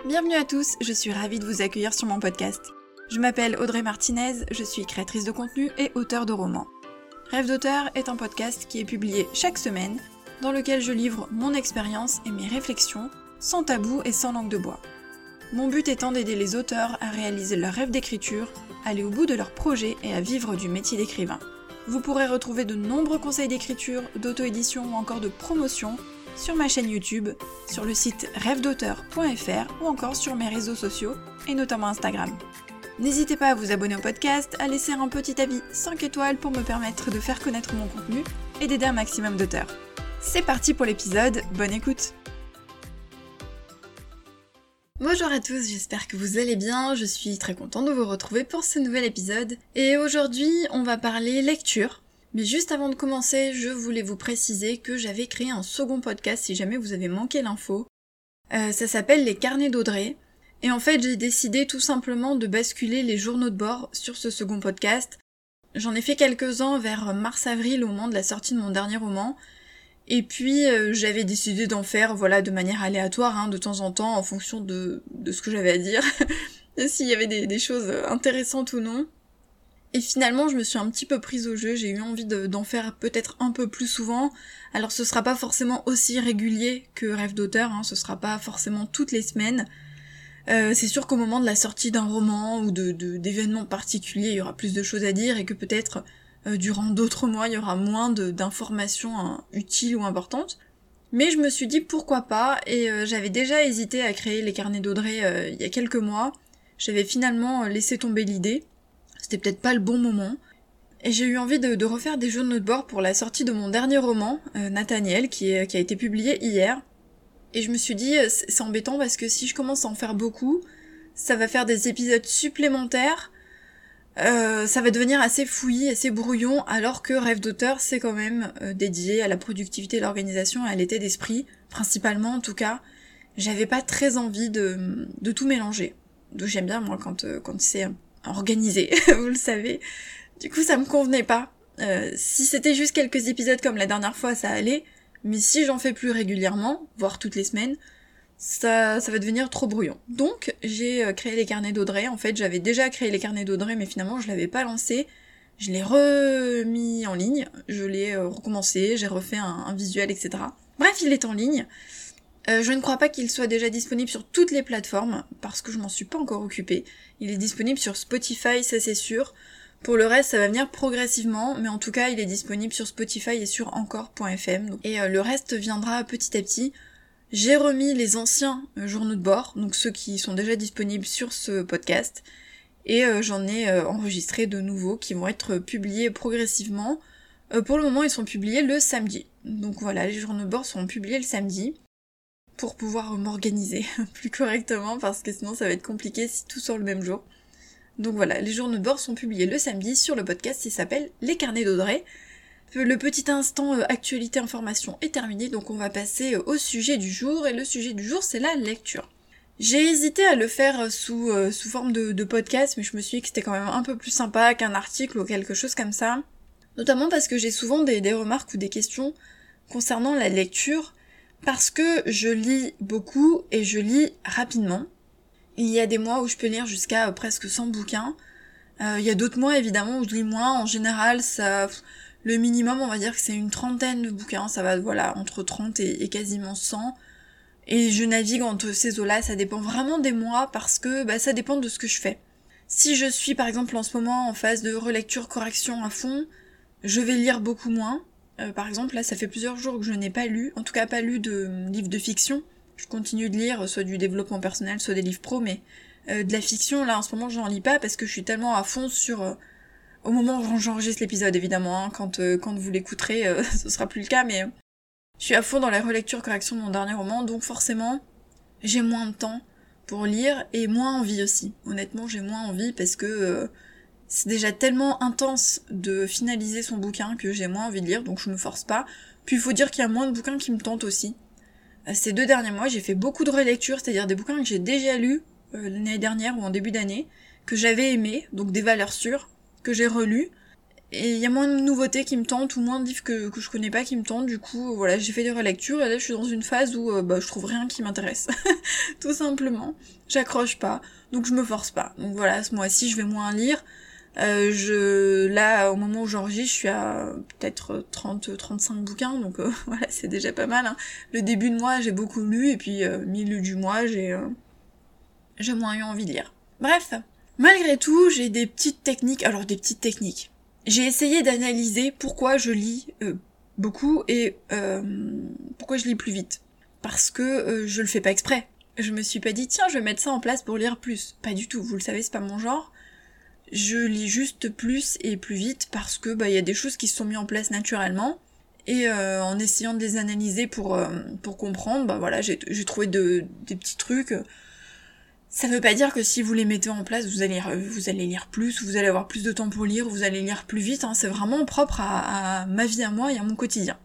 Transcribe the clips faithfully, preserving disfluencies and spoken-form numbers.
Bienvenue à tous, je suis ravie de vous accueillir sur mon podcast. Je m'appelle Audrey Martinez, je suis créatrice de contenu et auteure de romans. Rêve d'auteur est un podcast qui est publié chaque semaine, dans lequel je livre mon expérience et mes réflexions, sans tabou et sans langue de bois. Mon but étant d'aider les auteurs à réaliser leur rêve d'écriture, aller au bout de leur projet et à vivre du métier d'écrivain. Vous pourrez retrouver de nombreux conseils d'écriture, d'auto-édition ou encore de promotion sur ma chaîne YouTube, sur le site rêve d'auteur point f r ou encore sur mes réseaux sociaux et notamment Instagram. N'hésitez pas à vous abonner au podcast, à laisser un petit avis cinq étoiles pour me permettre de faire connaître mon contenu et d'aider un maximum d'auteurs. C'est parti pour l'épisode, bonne écoute! Bonjour à tous, j'espère que vous allez bien, je suis très contente de vous retrouver pour ce nouvel épisode. Et aujourd'hui, on va parler lecture. Mais juste avant de commencer, je voulais vous préciser que j'avais créé un second podcast si jamais vous avez manqué l'info. Euh, ça s'appelle Les Carnets d'Audrey. Et en fait, j'ai décidé tout simplement de basculer les journaux de bord sur ce second podcast. J'en ai fait quelques-uns vers mars-avril au moment de la sortie de mon dernier roman. Et puis, euh, j'avais décidé d'en faire voilà, de manière aléatoire, hein, de temps en temps, en fonction de, de ce que j'avais à dire. S'il y avait des, des choses intéressantes ou non. Et finalement, je me suis un petit peu prise au jeu, j'ai eu envie de, d'en faire peut-être un peu plus souvent. Alors ce sera pas forcément aussi régulier que Rêve d'auteur, hein, ce sera pas forcément toutes les semaines. Euh, c'est sûr qu'au moment de la sortie d'un roman ou de, de, d'événements particuliers, il y aura plus de choses à dire et que peut-être euh, durant d'autres mois, il y aura moins de, d'informations hein, utiles ou importantes. Mais je me suis dit pourquoi pas, et euh, j'avais déjà hésité à créer les carnets d'Audrey euh, il y a quelques mois. J'avais finalement laissé tomber l'idée. C'était peut-être pas le bon moment. Et j'ai eu envie de, de refaire des journaux de bord pour la sortie de mon dernier roman, euh, Nathaniel, qui, est, qui a été publié hier. Et je me suis dit, c'est, c'est embêtant parce que si je commence à en faire beaucoup, ça va faire des épisodes supplémentaires, euh, ça va devenir assez fouillis, assez brouillon, alors que Rêve d'auteur, c'est quand même euh, dédié à la productivité, l'organisation et à l'état d'esprit, principalement en tout cas. J'avais pas très envie de, de tout mélanger. Donc j'aime bien, moi, quand, euh, quand c'est organisé, vous le savez. Du coup, ça me convenait pas. Euh, si c'était juste quelques épisodes comme la dernière fois, ça allait. Mais si j'en fais plus régulièrement, voire toutes les semaines, ça, ça va devenir trop brouillon. Donc, j'ai créé les carnets d'Audrey. En fait, j'avais déjà créé les carnets d'Audrey, mais finalement, je l'avais pas lancé. Je l'ai remis en ligne. Je l'ai recommencé, j'ai refait un, un visuel, et cetera. Bref, il est en ligne. Euh, je ne crois pas qu'il soit déjà disponible sur toutes les plateformes, parce que je m'en suis pas encore occupée. Il est disponible sur Spotify, ça c'est sûr. Pour le reste, ça va venir progressivement, mais en tout cas, il est disponible sur Spotify et sur encore point f m. Et euh, le reste viendra petit à petit. J'ai remis les anciens euh, journaux de bord, donc ceux qui sont déjà disponibles sur ce podcast, et euh, j'en ai euh, enregistré de nouveaux qui vont être publiés progressivement. Euh, pour le moment, ils sont publiés le samedi. Donc voilà, les journaux de bord seront publiés le samedi. Pour pouvoir m'organiser plus correctement, parce que sinon ça va être compliqué si tout sort le même jour. Donc voilà, les journaux de bord sont publiés le samedi sur le podcast qui s'appelle Les Carnets d'Audrey. Le petit instant euh, actualité information est terminé, donc on va passer euh, au sujet du jour, et le sujet du jour c'est la lecture. J'ai hésité à le faire sous, euh, sous forme de, de podcast, mais je me suis dit que c'était quand même un peu plus sympa qu'un article ou quelque chose comme ça. Notamment parce que j'ai souvent des, des remarques ou des questions concernant la lecture, parce que je lis beaucoup et je lis rapidement. Il y a des mois où je peux lire jusqu'à presque cent bouquins. Euh, il y a d'autres mois évidemment où je lis moins. En général, ça, le minimum on va dire que c'est une trentaine de bouquins. Ça va voilà entre trente et, et quasiment cent. Et je navigue entre ces eaux-là. Ça dépend vraiment des mois parce que bah, ça dépend de ce que je fais. Si je suis par exemple en ce moment en phase de relecture correction à fond, je vais lire beaucoup moins. Euh, par exemple, là, ça fait plusieurs jours que je n'ai pas lu, en tout cas pas lu de euh, livres de fiction. Je continue de lire soit du développement personnel, soit des livres pro, mais euh, de la fiction, là, en ce moment, j'en lis pas parce que je suis tellement à fond sur... Euh, au moment où j'enregistre l'épisode, évidemment, hein, quand, euh, quand vous l'écouterez, euh, ce sera plus le cas, mais... Euh, je suis à fond dans la relecture correction de mon dernier roman, donc forcément, j'ai moins de temps pour lire, et moins envie aussi. Honnêtement, j'ai moins envie parce que... Euh, c'est déjà tellement intense de finaliser son bouquin que j'ai moins envie de lire, donc je me force pas. Puis il faut dire qu'il y a moins de bouquins qui me tentent aussi. Ces deux derniers mois, j'ai fait beaucoup de relectures, c'est-à-dire des bouquins que j'ai déjà lus euh, l'année dernière ou en début d'année, que j'avais aimés, donc des valeurs sûres, que j'ai relus. Et il y a moins de nouveautés qui me tentent, ou moins de livres que, que je connais pas qui me tentent, du coup, voilà, j'ai fait des relectures, et là je suis dans une phase où euh, bah, je trouve rien qui m'intéresse. Tout simplement. J'accroche pas, donc je me force pas. Donc voilà, ce mois-ci, je vais moins lire. Euh, je, là, au moment où j'enregistre, je suis à peut-être trente à trente-cinq bouquins, donc euh, voilà, c'est déjà pas mal. Hein. Le début de mois, j'ai beaucoup lu, et puis euh, milieu du mois, j'ai, euh, j'ai moins eu envie de lire. Bref, malgré tout, j'ai des petites techniques, alors des petites techniques. J'ai essayé d'analyser pourquoi je lis euh, beaucoup et euh, pourquoi je lis plus vite. Parce que euh, je le fais pas exprès. Je me suis pas dit, tiens, je vais mettre ça en place pour lire plus. Pas du tout, vous le savez, c'est pas mon genre. Je lis juste plus et plus vite parce que bah y a des choses qui se sont mises en place naturellement. Et euh, en essayant de les analyser pour, euh, pour comprendre, bah voilà, j'ai, j'ai trouvé de, des petits trucs. Ça veut pas dire que si vous les mettez en place, vous allez, vous allez lire plus, vous allez avoir plus de temps pour lire, vous allez lire plus vite, hein, c'est vraiment propre à, à ma vie à moi et à mon quotidien.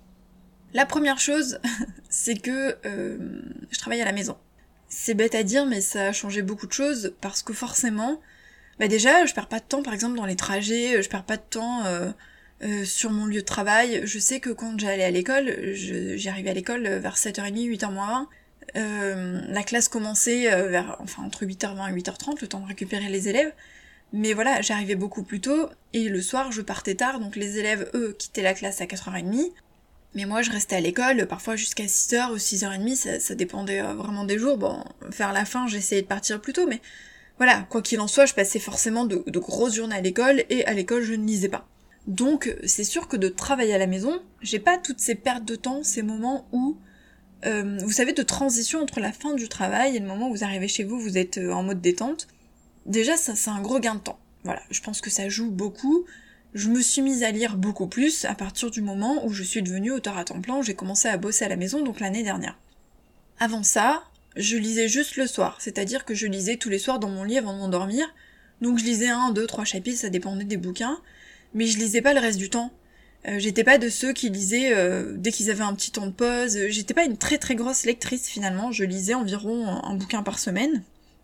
La première chose, c'est que euh, je travaille à la maison. C'est bête à dire, mais ça a changé beaucoup de choses, parce que forcément, bah déjà, je perds pas de temps, par exemple, dans les trajets, je perds pas de temps euh, euh, sur mon lieu de travail. Je sais que quand j'allais à l'école, je, j'arrivais à l'école vers sept heures trente, huit heures moins vingt, Euh, la classe commençait euh, vers, enfin, entre huit heures vingt et huit heures trente, le temps de récupérer les élèves. Mais voilà, j'arrivais beaucoup plus tôt, et le soir, je partais tard, donc les élèves, eux, quittaient la classe à quatre heures trente. Mais moi, je restais à l'école, parfois jusqu'à six heures ou six heures trente, ça, ça dépendait euh, vraiment des jours. Bon, vers la fin, j'essayais de partir plus tôt, mais voilà, quoi qu'il en soit, je passais forcément de, de grosses journées à l'école, et à l'école, je ne lisais pas. Donc, c'est sûr que de travailler à la maison, j'ai pas toutes ces pertes de temps, ces moments où Euh, vous savez, de transition entre la fin du travail et le moment où vous arrivez chez vous, vous êtes en mode détente. Déjà, ça, c'est un gros gain de temps. Voilà, je pense que ça joue beaucoup. Je me suis mise à lire beaucoup plus à partir du moment où je suis devenue auteure à temps plein, où j'ai commencé à bosser à la maison, donc l'année dernière. Avant ça, je lisais juste le soir, c'est-à-dire que je lisais tous les soirs dans mon lit avant de m'endormir, donc je lisais un, deux, trois chapitres, ça dépendait des bouquins, mais je lisais pas le reste du temps. Euh, j'étais pas de ceux qui lisaient euh, dès qu'ils avaient un petit temps de pause, j'étais pas une très très grosse lectrice finalement, je lisais environ un, un bouquin par semaine,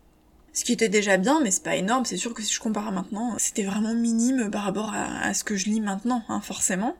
ce qui était déjà bien, mais c'est pas énorme, c'est sûr que si je compare à maintenant, c'était vraiment minime par rapport à, à ce que je lis maintenant, hein, forcément.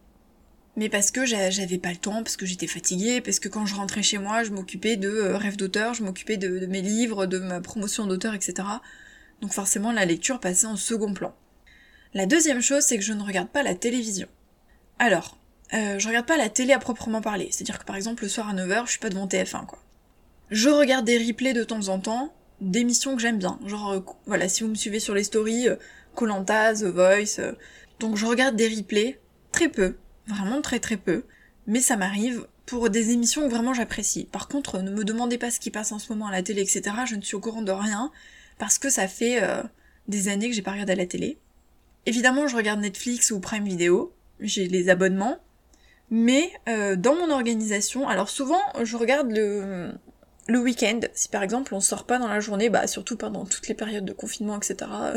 Mais parce que j'avais pas le temps, parce que j'étais fatiguée, parce que quand je rentrais chez moi, je m'occupais de euh, rêves d'auteur, je m'occupais de, de mes livres, de ma promotion d'auteur, et cetera. Donc forcément la lecture passait en second plan. La deuxième chose, c'est que je ne regarde pas la télévision. Alors, euh, je regarde pas la télé à proprement parler, c'est-à-dire que par exemple le soir à neuf heures, je suis pas devant T F un quoi. Je regarde des replays de temps en temps, d'émissions que j'aime bien, genre, euh, voilà, si vous me suivez sur les stories, koh lanta, The Voice, euh, donc je regarde des replays, très peu, vraiment très très peu, mais ça m'arrive pour des émissions que vraiment j'apprécie. Par contre, ne me demandez pas ce qui passe en ce moment à la télé, et cetera, je ne suis au courant de rien, parce que ça fait euh, des années que j'ai pas regardé à la télé. Évidemment, je regarde Netflix ou Prime Video, j'ai les abonnements, mais euh, dans mon organisation, alors souvent je regarde le, le week-end, si par exemple on sort pas dans la journée, bah surtout pendant toutes les périodes de confinement, et cetera,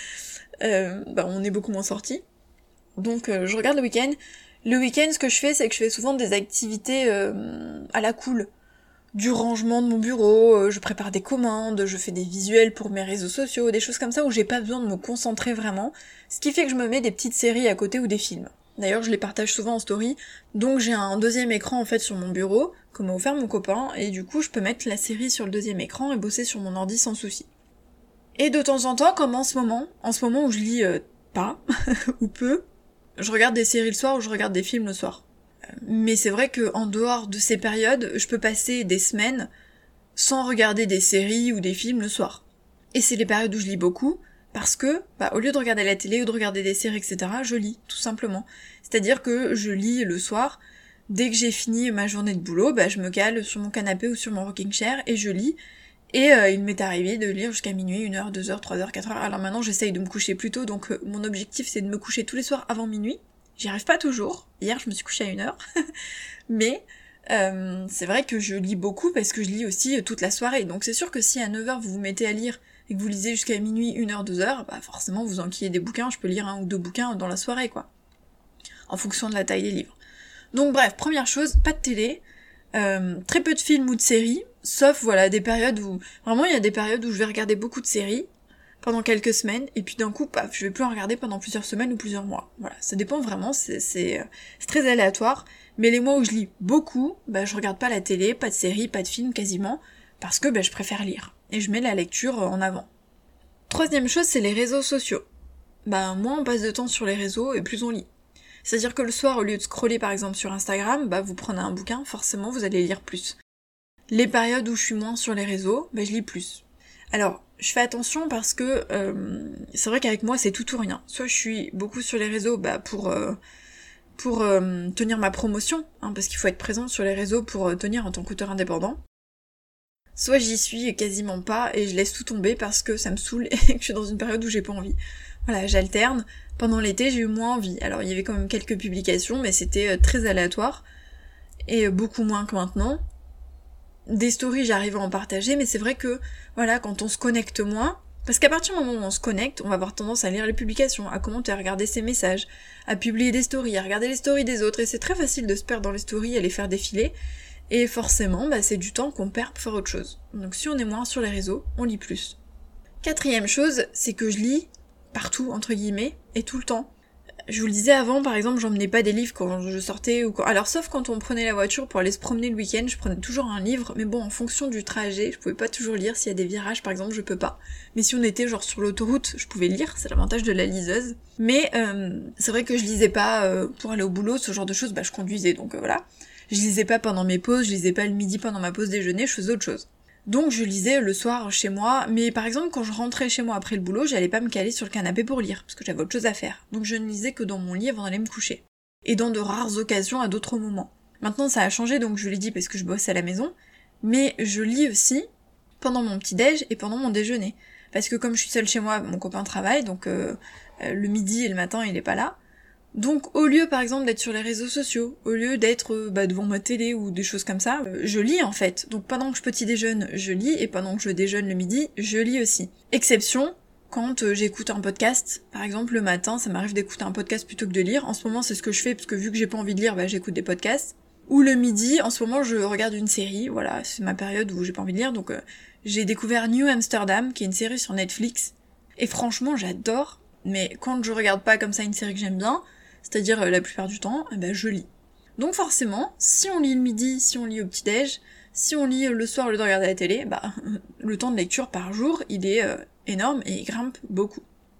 euh, bah on est beaucoup moins sortis, donc euh, je regarde le week-end. Le week-end, ce que je fais, c'est que je fais souvent des activités euh, à la cool, du rangement de mon bureau, euh, je prépare des commandes, je fais des visuels pour mes réseaux sociaux, des choses comme ça où j'ai pas besoin de me concentrer vraiment, ce qui fait que je me mets des petites séries à côté ou des films. D'ailleurs, je les partage souvent en story, donc j'ai un deuxième écran en fait sur mon bureau, que m'a offert mon copain, et du coup je peux mettre la série sur le deuxième écran et bosser sur mon ordi sans souci. Et de temps en temps, comme en ce moment, en ce moment où je lis euh, pas, ou peu, je regarde des séries le soir ou je regarde des films le soir. Mais c'est vrai que en dehors de ces périodes, je peux passer des semaines sans regarder des séries ou des films le soir. Et c'est les périodes où je lis beaucoup, parce que, bah, au lieu de regarder la télé ou de regarder des séries, et cetera, je lis, tout simplement. C'est-à-dire que je lis le soir, dès que j'ai fini ma journée de boulot, bah, je me cale sur mon canapé ou sur mon rocking chair et je lis. Et euh, il m'est arrivé de lire jusqu'à minuit, une heure, deux heures, trois heures, quatre heures. Alors maintenant, j'essaye de me coucher plus tôt, donc euh, mon objectif c'est de me coucher tous les soirs avant minuit. J'y arrive pas toujours. Hier, je me suis couchée à une heure. Mais euh, c'est vrai que je lis beaucoup parce que je lis aussi toute la soirée. Donc c'est sûr que si à neuf heures vous vous mettez à lire et que vous lisez jusqu'à minuit, une heure, deux heures, bah forcément vous enquillez des bouquins, je peux lire un ou deux bouquins dans la soirée, quoi. En fonction de la taille des livres. Donc bref, première chose, pas de télé, euh, très peu de films ou de séries, sauf voilà des périodes où... Vraiment il y a des périodes où je vais regarder beaucoup de séries, pendant quelques semaines, et puis d'un coup, paf, je vais plus en regarder pendant plusieurs semaines ou plusieurs mois. Voilà, ça dépend vraiment, c'est, c'est, c'est très aléatoire, mais les mois où je lis beaucoup, bah je regarde pas la télé, pas de séries, pas de films quasiment, parce que bah, je préfère lire, et je mets la lecture en avant. Troisième chose, c'est les réseaux sociaux. Bah moins on passe de temps sur les réseaux, et plus on lit. C'est-à-dire que le soir, au lieu de scroller par exemple sur Instagram, bah vous prenez un bouquin, forcément vous allez lire plus. Les périodes où je suis moins sur les réseaux, bah je lis plus. Alors, je fais attention parce que euh, c'est vrai qu'avec moi c'est tout ou rien. Soit je suis beaucoup sur les réseaux bah, pour euh, pour euh, tenir ma promotion, hein, parce qu'il faut être présent sur les réseaux pour euh, tenir en tant qu'auteur indépendant. Soit j'y suis quasiment pas et je laisse tout tomber parce que ça me saoule et que je suis dans une période où j'ai pas envie. Voilà, j'alterne. Pendant l'été j'ai eu moins envie. Alors il y avait quand même quelques publications mais c'était euh, très aléatoire et euh, beaucoup moins que maintenant. Des stories, j'arrive à en partager, mais c'est vrai que, voilà, quand on se connecte moins, parce qu'à partir du moment où on se connecte, on va avoir tendance à lire les publications, à commenter, à regarder ses messages, à publier des stories, à regarder les stories des autres, et c'est très facile de se perdre dans les stories et les faire défiler, et forcément, bah, c'est du temps qu'on perd pour faire autre chose. Donc si on est moins sur les réseaux, on lit plus. Quatrième chose, c'est que je lis partout, entre guillemets, et tout le temps. Je vous le disais avant, par exemple, j'emmenais pas des livres quand je sortais ou quand... Alors sauf quand on prenait la voiture pour aller se promener le week-end, je prenais toujours un livre, mais bon, en fonction du trajet, je pouvais pas toujours lire. S'il y a des virages, par exemple, je peux pas. Mais si on était genre sur l'autoroute, je pouvais lire, c'est l'avantage de la liseuse. Mais euh, c'est vrai que je lisais pas euh, pour aller au boulot, ce genre de choses, bah je conduisais, donc euh, voilà. Je lisais pas pendant mes pauses, je lisais pas le midi pendant ma pause déjeuner, je faisais autre chose. Donc je lisais le soir chez moi, mais par exemple quand je rentrais chez moi après le boulot, j'allais pas me caler sur le canapé pour lire, parce que j'avais autre chose à faire. Donc je ne lisais que dans mon lit avant d'aller me coucher. Et dans de rares occasions à d'autres moments. Maintenant ça a changé, donc je l'ai dit parce que je bosse à la maison, mais je lis aussi pendant mon petit-déj et pendant mon déjeuner. Parce que comme je suis seule chez moi, mon copain travaille, donc euh, le midi et le matin il est pas là. Donc au lieu par exemple d'être sur les réseaux sociaux, au lieu d'être euh, bah, devant ma télé ou des choses comme ça, euh, je lis en fait. Donc pendant que je petit déjeune, je lis, et pendant que je déjeune le midi, je lis aussi. Exception, quand euh, j'écoute un podcast, par exemple le matin, ça m'arrive d'écouter un podcast plutôt que de lire. En ce moment c'est ce que je fais, parce que vu que j'ai pas envie de lire, bah j'écoute des podcasts. Ou le midi, en ce moment je regarde une série, voilà, c'est ma période où j'ai pas envie de lire, donc euh, j'ai découvert New Amsterdam, qui est une série sur Netflix. Et franchement j'adore, mais quand je regarde pas comme ça une série que j'aime bien, c'est-à-dire euh, la plupart du temps, eh ben, je lis. Donc forcément, si on lit le midi, si on lit au petit-déj, si on lit le soir au lieu de regarder la télé, bah le temps de lecture par jour, il est euh, énorme et il grimpe beaucoup.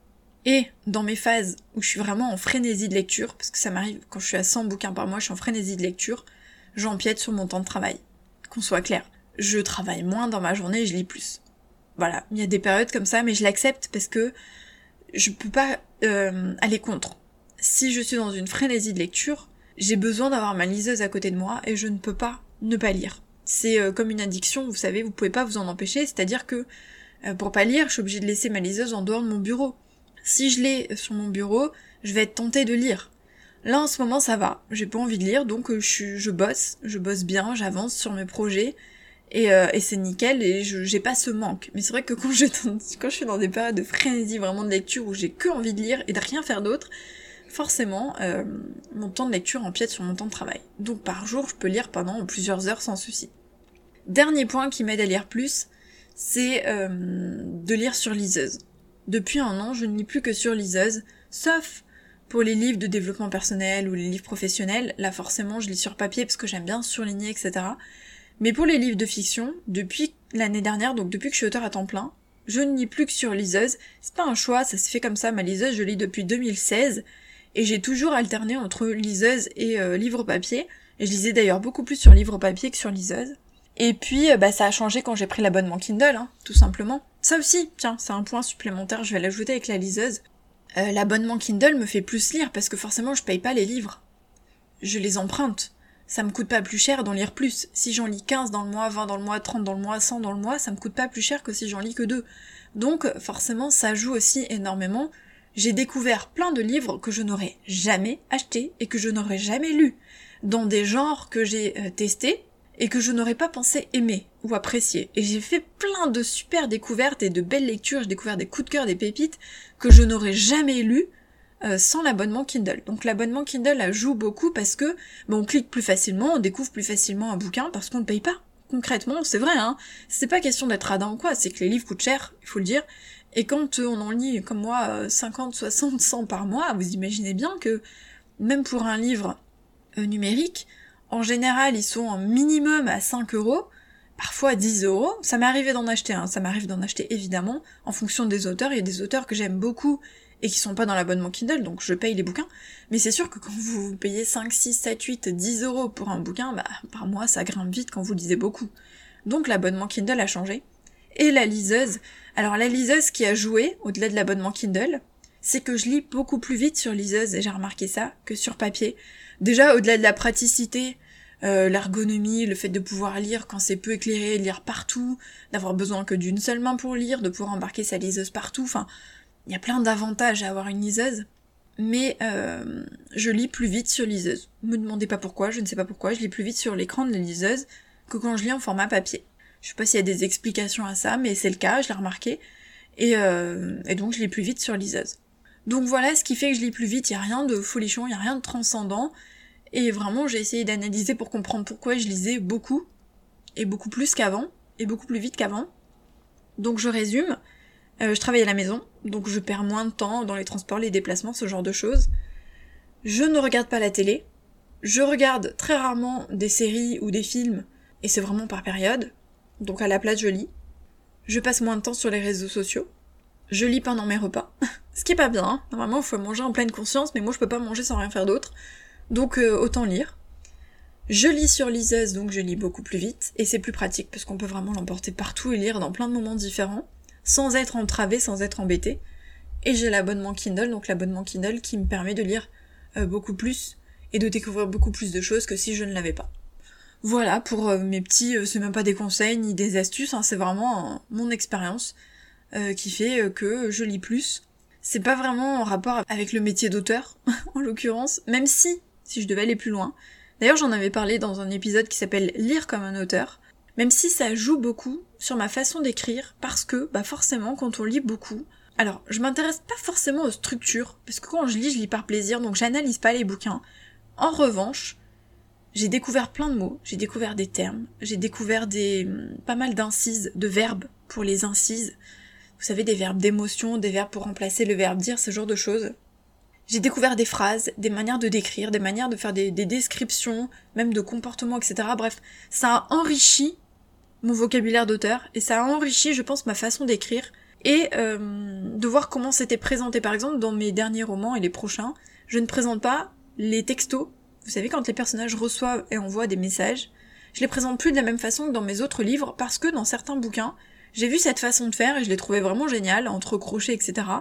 Et dans mes phases où je suis vraiment en frénésie de lecture, parce que ça m'arrive quand je suis à cent bouquins par mois, je suis en frénésie de lecture, j'empiète sur mon temps de travail. Qu'on soit clair, je travaille moins dans ma journée et je lis plus. Voilà, il y a des périodes comme ça, mais je l'accepte parce que je peux pas euh, aller contre. Si je suis dans une frénésie de lecture, j'ai besoin d'avoir ma liseuse à côté de moi et je ne peux pas ne pas lire. C'est euh, comme une addiction, vous savez, vous pouvez pas vous en empêcher, c'est-à-dire que euh, pour pas lire, je suis obligée de laisser ma liseuse en dehors de mon bureau. Si je l'ai sur mon bureau, je vais être tentée de lire. Là en ce moment ça va, j'ai pas envie de lire, donc euh, je, suis, je bosse, je bosse bien, j'avance sur mes projets, et, euh, et c'est nickel, et je, j'ai pas ce manque. Mais c'est vrai que quand je, quand je suis dans des périodes de frénésie vraiment de lecture où j'ai que envie de lire et de rien faire d'autre, forcément, euh, mon temps de lecture empiète sur mon temps de travail. Donc par jour, je peux lire pendant plusieurs heures sans souci. Dernier point qui m'aide à lire plus, c'est euh, de lire sur liseuse. Depuis un an, je ne lis plus que sur liseuse, sauf pour les livres de développement personnel ou les livres professionnels. Là forcément, je lis sur papier parce que j'aime bien surligner, et cetera. Mais pour les livres de fiction, depuis l'année dernière, donc depuis que je suis auteur à temps plein, je ne lis plus que sur liseuse. C'est pas un choix, ça se fait comme ça, ma liseuse, je lis depuis deux mille seize, et j'ai toujours alterné entre liseuse et euh, livre papier, et je lisais d'ailleurs beaucoup plus sur livre papier que sur liseuse. Et puis, euh, bah ça a changé quand j'ai pris l'abonnement Kindle, hein, tout simplement. Ça aussi, tiens, c'est un point supplémentaire, je vais l'ajouter avec la liseuse. Euh, l'abonnement Kindle me fait plus lire, parce que forcément je paye pas les livres. Je les emprunte. Ça me coûte pas plus cher d'en lire plus. Si j'en lis quinze dans le mois, vingt dans le mois, trente dans le mois, cent dans le mois, ça me coûte pas plus cher que si j'en lis que deux. Donc forcément ça joue aussi énormément. J'ai découvert plein de livres que je n'aurais jamais achetés et que je n'aurais jamais lus, dans des genres que j'ai euh, testés et que je n'aurais pas pensé aimer ou apprécier. Et j'ai fait plein de super découvertes et de belles lectures, j'ai découvert des coups de cœur, des pépites que je n'aurais jamais lus Euh, sans l'abonnement Kindle. Donc l'abonnement Kindle elle joue beaucoup parce que bah, on clique plus facilement, on découvre plus facilement un bouquin parce qu'on ne paye pas, concrètement, c'est vrai, hein, c'est pas question d'être radin ou quoi, c'est que les livres coûtent cher, il faut le dire, et quand euh, on en lit, comme moi, cinquante, soixante, cent par mois, vous imaginez bien que, même pour un livre euh, numérique, en général, ils sont un minimum à cinq euros, parfois dix euros, ça m'est arrivé d'en acheter, hein, ça m'arrive d'en acheter évidemment, en fonction des auteurs, il y a des auteurs que j'aime beaucoup, et qui sont pas dans l'abonnement Kindle, donc je paye les bouquins, mais c'est sûr que quand vous payez cinq, six, sept, huit, dix euros pour un bouquin, bah, par mois, ça grimpe vite quand vous lisez beaucoup. Donc l'abonnement Kindle a changé. Et la liseuse, alors la liseuse qui a joué, au-delà de l'abonnement Kindle, c'est que je lis beaucoup plus vite sur liseuse, et j'ai remarqué ça, que sur papier. Déjà, au-delà de la praticité, euh, l'ergonomie, le fait de pouvoir lire quand c'est peu éclairé, lire partout, d'avoir besoin que d'une seule main pour lire, de pouvoir embarquer sa liseuse partout, enfin, il y a plein d'avantages à avoir une liseuse, mais euh, je lis plus vite sur liseuse. Me demandez pas pourquoi, je ne sais pas pourquoi, je lis plus vite sur l'écran de la liseuse que quand je lis en format papier. Je sais pas s'il y a des explications à ça, mais c'est le cas, je l'ai remarqué, et, euh, et donc je lis plus vite sur liseuse. Donc voilà ce qui fait que je lis plus vite, il y a rien de folichon, il y a rien de transcendant, et vraiment j'ai essayé d'analyser pour comprendre pourquoi je lisais beaucoup, et beaucoup plus qu'avant, et beaucoup plus vite qu'avant. Donc je résume. Euh, je travaille à la maison, donc je perds moins de temps dans les transports, les déplacements, ce genre de choses. Je ne regarde pas la télé. Je regarde très rarement des séries ou des films, et c'est vraiment par période. Donc à la place, je lis. Je passe moins de temps sur les réseaux sociaux. Je lis pendant mes repas. Ce qui est pas bien, hein. Normalement, il faut manger en pleine conscience, mais moi je peux pas manger sans rien faire d'autre. Donc euh, autant lire. Je lis sur liseuse, donc je lis beaucoup plus vite, et c'est plus pratique, parce qu'on peut vraiment l'emporter partout et lire dans plein de moments différents, sans être entravé, sans être embêté. Et j'ai l'abonnement Kindle, donc l'abonnement Kindle qui me permet de lire euh, beaucoup plus et de découvrir beaucoup plus de choses que si je ne l'avais pas. Voilà, pour euh, mes petits, euh, c'est même pas des conseils ni des astuces, hein, c'est vraiment euh, mon expérience euh, qui fait euh, que je lis plus. C'est pas vraiment en rapport avec le métier d'auteur, en l'occurrence, même si, si je devais aller plus loin. D'ailleurs, j'en avais parlé dans un épisode qui s'appelle « Lire comme un auteur », même si ça joue beaucoup sur ma façon d'écrire, parce que, bah forcément, quand on lit beaucoup... Alors, je m'intéresse pas forcément aux structures, parce que quand je lis, je lis par plaisir, donc j'analyse pas les bouquins. En revanche, j'ai découvert plein de mots, j'ai découvert des termes, j'ai découvert des pas mal d'incises, de verbes pour les incises. Vous savez, des verbes d'émotion, des verbes pour remplacer le verbe dire, ce genre de choses. J'ai découvert des phrases, des manières de décrire, des manières de faire des, des descriptions, même de comportements, et cetera. Bref, ça a enrichi mon vocabulaire d'auteur, et ça a enrichi, je pense, ma façon d'écrire, et euh, de voir comment c'était présenté. Par exemple, dans mes derniers romans et les prochains, je ne présente pas les textos. Vous savez, quand les personnages reçoivent et envoient des messages, je les présente plus de la même façon que dans mes autres livres, parce que dans certains bouquins, j'ai vu cette façon de faire, et je l'ai trouvé vraiment géniale, entre crochets, et cetera.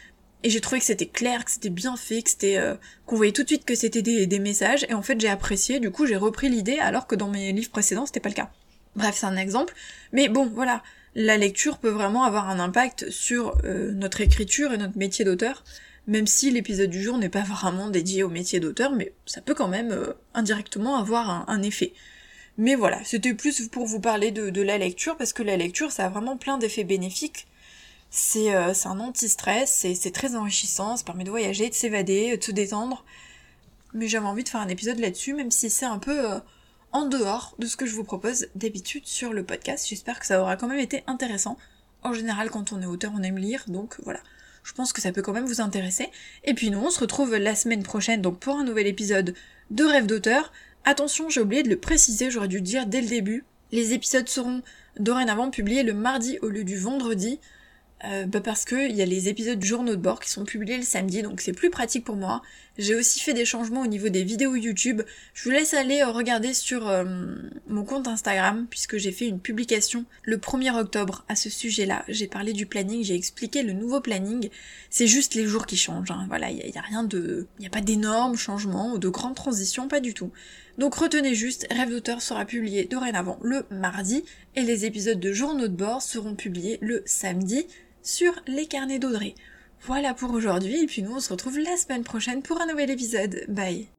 Et j'ai trouvé que c'était clair, que c'était bien fait, que c'était euh, qu'on voyait tout de suite que c'était des, des messages, et en fait j'ai apprécié, du coup j'ai repris l'idée, alors que dans mes livres précédents c'était pas le cas. Bref, c'est un exemple, mais bon, voilà, la lecture peut vraiment avoir un impact sur euh, notre écriture et notre métier d'auteur, même si l'épisode du jour n'est pas vraiment dédié au métier d'auteur, mais ça peut quand même euh, indirectement avoir un, un effet. Mais voilà, c'était plus pour vous parler de, de la lecture, parce que la lecture ça a vraiment plein d'effets bénéfiques. C'est, euh, c'est un anti-stress, c'est, c'est très enrichissant, ça permet de voyager, de s'évader, de se détendre. Mais j'avais envie de faire un épisode là-dessus, même si c'est un peu euh, en dehors de ce que je vous propose d'habitude sur le podcast. J'espère que ça aura quand même été intéressant. En général, quand on est auteur, on aime lire, donc voilà. Je pense que ça peut quand même vous intéresser. Et puis nous, on se retrouve la semaine prochaine, donc pour un nouvel épisode de Rêve d'auteur. Attention, j'ai oublié de le préciser, j'aurais dû le dire dès le début. Les épisodes seront dorénavant publiés le mardi au lieu du vendredi. Euh, bah parce que il y a les épisodes journaux de bord qui sont publiés le samedi, donc c'est plus pratique pour moi. J'ai aussi fait des changements au niveau des vidéos YouTube. Je vous laisse aller euh, regarder sur euh, mon compte Instagram, puisque j'ai fait une publication le premier octobre à ce sujet-là. J'ai parlé du planning, j'ai expliqué le nouveau planning. C'est juste les jours qui changent, hein. Voilà, il y, y a rien de... il n'y a pas d'énormes changements ou de grandes transitions, pas du tout. Donc retenez juste, Rêve d'auteur sera publié dorénavant le mardi, et les épisodes de journaux de bord seront publiés le samedi, sur les carnets d'Audrey. Voilà pour aujourd'hui, et puis nous on se retrouve la semaine prochaine pour un nouvel épisode. Bye.